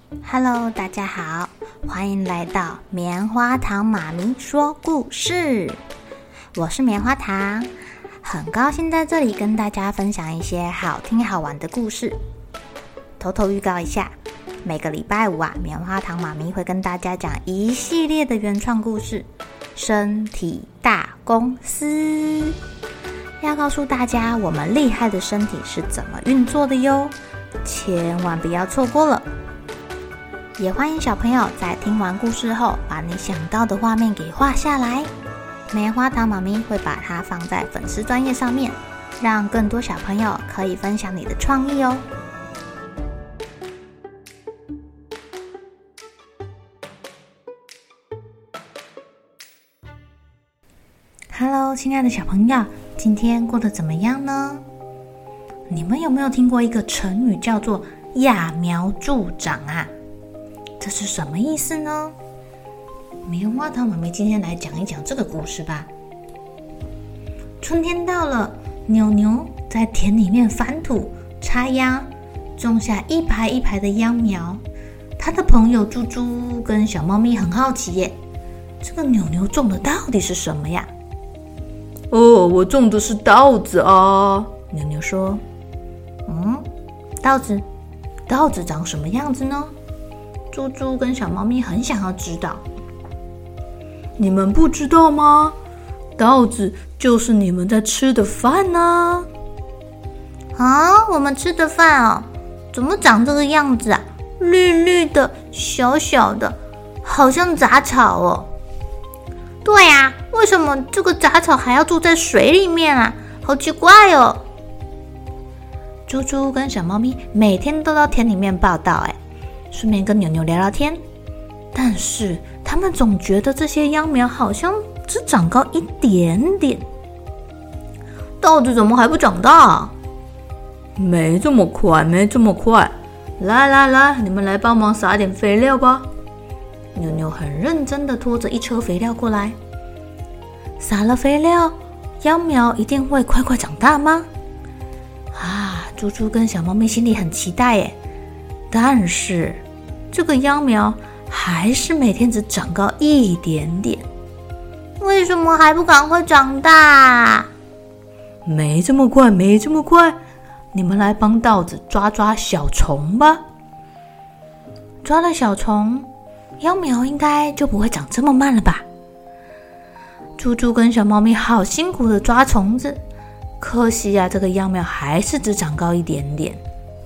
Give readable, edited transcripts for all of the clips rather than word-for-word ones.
Hello， 大家好，欢迎来到棉花糖妈咪说故事。我是棉花糖，很高兴在这里跟大家分享一些好听好玩的故事。偷偷预告一下，每个礼拜五棉花糖妈咪会跟大家讲一系列的原创故事，身体大公司，要告诉大家我们厉害的身体是怎么运作的哟，千万不要错过了。也欢迎小朋友在听完故事后，把你想到的画面给画下来。棉花糖妈咪会把它放在粉丝专页上面，让更多小朋友可以分享你的创意哦。Hello， 亲爱的小朋友，今天过得怎么样呢？你们有没有听过一个成语叫做揠苗助长啊？这是什么意思呢？棉花糖妈咪今天来讲一讲这个故事吧。春天到了，牛牛在田里面翻土插秧，种下一排一排的秧苗。他的朋友猪猪跟小猫咪很好奇耶，这个牛牛种的到底是什么呀？ 我种的是稻子啊。 牛牛说：稻子长什么样子呢？猪猪跟小猫咪很想要知道。 你们不知道吗？稻子就是你们在吃的饭啊。 我们吃的饭哦，怎么长这个样子啊？绿绿的，小小的，好像杂草哦。对啊，为什么这个杂草还要住在水里面啊？好奇怪哦。猪猪跟小猫咪每天都到田里面报道，顺便跟牛牛聊聊天。但是他们总觉得这些秧苗好像只长高一点点。 稻子怎么还不长大？没这么快。来，你们来帮忙撒点肥料吧。 牛牛很认真地拖着一车肥料过来。撒了肥料，秧苗一定会快快长大吗？猪猪跟小猫咪心里很期待耶。但是这个秧苗还是每天只长高一点点。为什么还不赶快长大？ 没这么快，你们来帮稻子抓小虫吧。 抓了小虫，秧苗应该就不会长这么慢了吧？猪猪跟小猫咪好辛苦的抓虫子，可惜这个秧苗还是只长高一点点。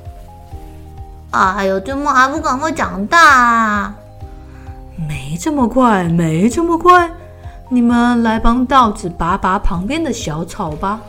怎么还不赶快长大？ 没这么快，你们来帮稻子拔旁边的小草吧。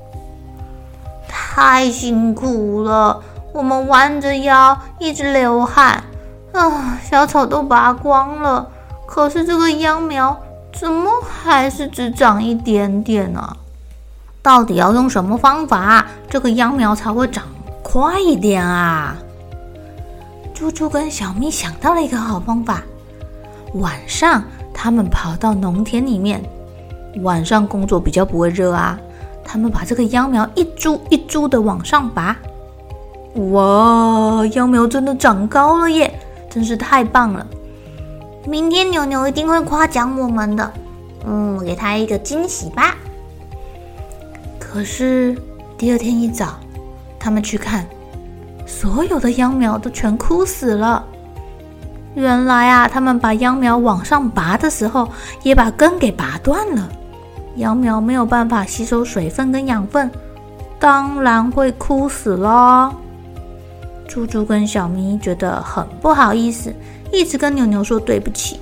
太辛苦了，我们弯着腰，一直流汗，小草都拔光了，可是这个秧苗怎么还是只长一点点啊？到底要用什么方法，这个秧苗才会长快一点啊？猪猪跟小咪想到了一个好方法。晚上他们跑到农田里面，晚上工作比较不会热他们把这个秧苗一株一株的往上拔。哇，秧苗真的长高了耶，真是太棒了。明天牛牛一定会夸奖我们的，给他一个惊喜吧。可是第二天一早，他们去看，所有的秧苗都全枯死了。原来他们把秧苗往上拔的时候，也把根给拔断了。秧苗没有办法吸收水分跟养分，当然会枯死了。猪猪跟小咪觉得很不好意思，一直跟牛牛说对不起，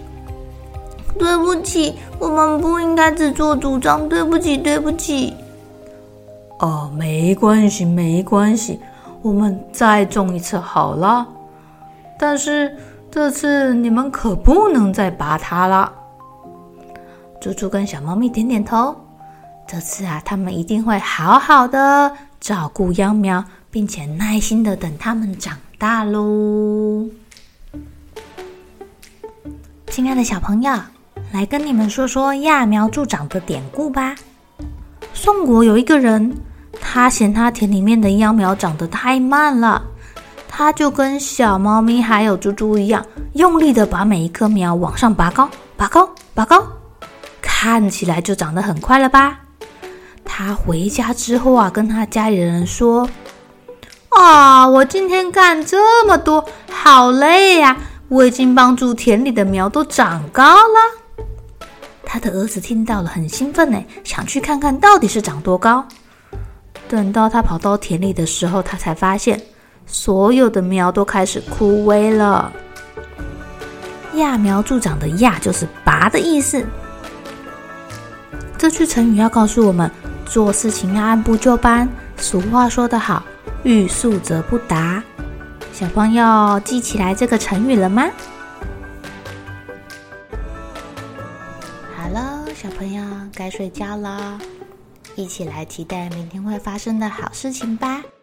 我们不应该自作主张，对不起。 没关系，我们再种一次好了。但是这次你们可不能再拔它了。 猪猪跟小猫咪点点头，这次他们一定会好好的照顾秧苗，并且耐心的等它们长大咯。亲爱的小朋友，来跟你们说说揠苗助长的典故吧。宋国有一个人，他嫌他田里面的秧苗长得太慢了， 他就跟小猫咪还有猪猪一样，用力的把每一棵苗往上拔高，拔高，拔高，看起来就长得很快了吧？他回家之后啊，跟他家里人说：“我今天干这么多，好累呀！我已经帮助田里的苗都长高了。”他的儿子听到了，很兴奋呢，想去看看到底是长多高。等到他跑到田里的时候，他才发现所有的苗都开始枯萎了。揠苗助长的揠就是拔的意思。这句成语要告诉我们，做事情要按部就班。俗话说得好，欲速则不达。小朋友记起来这个成语了吗？好了，小朋友该睡觉了，一起来期待明天会发生的好事情吧。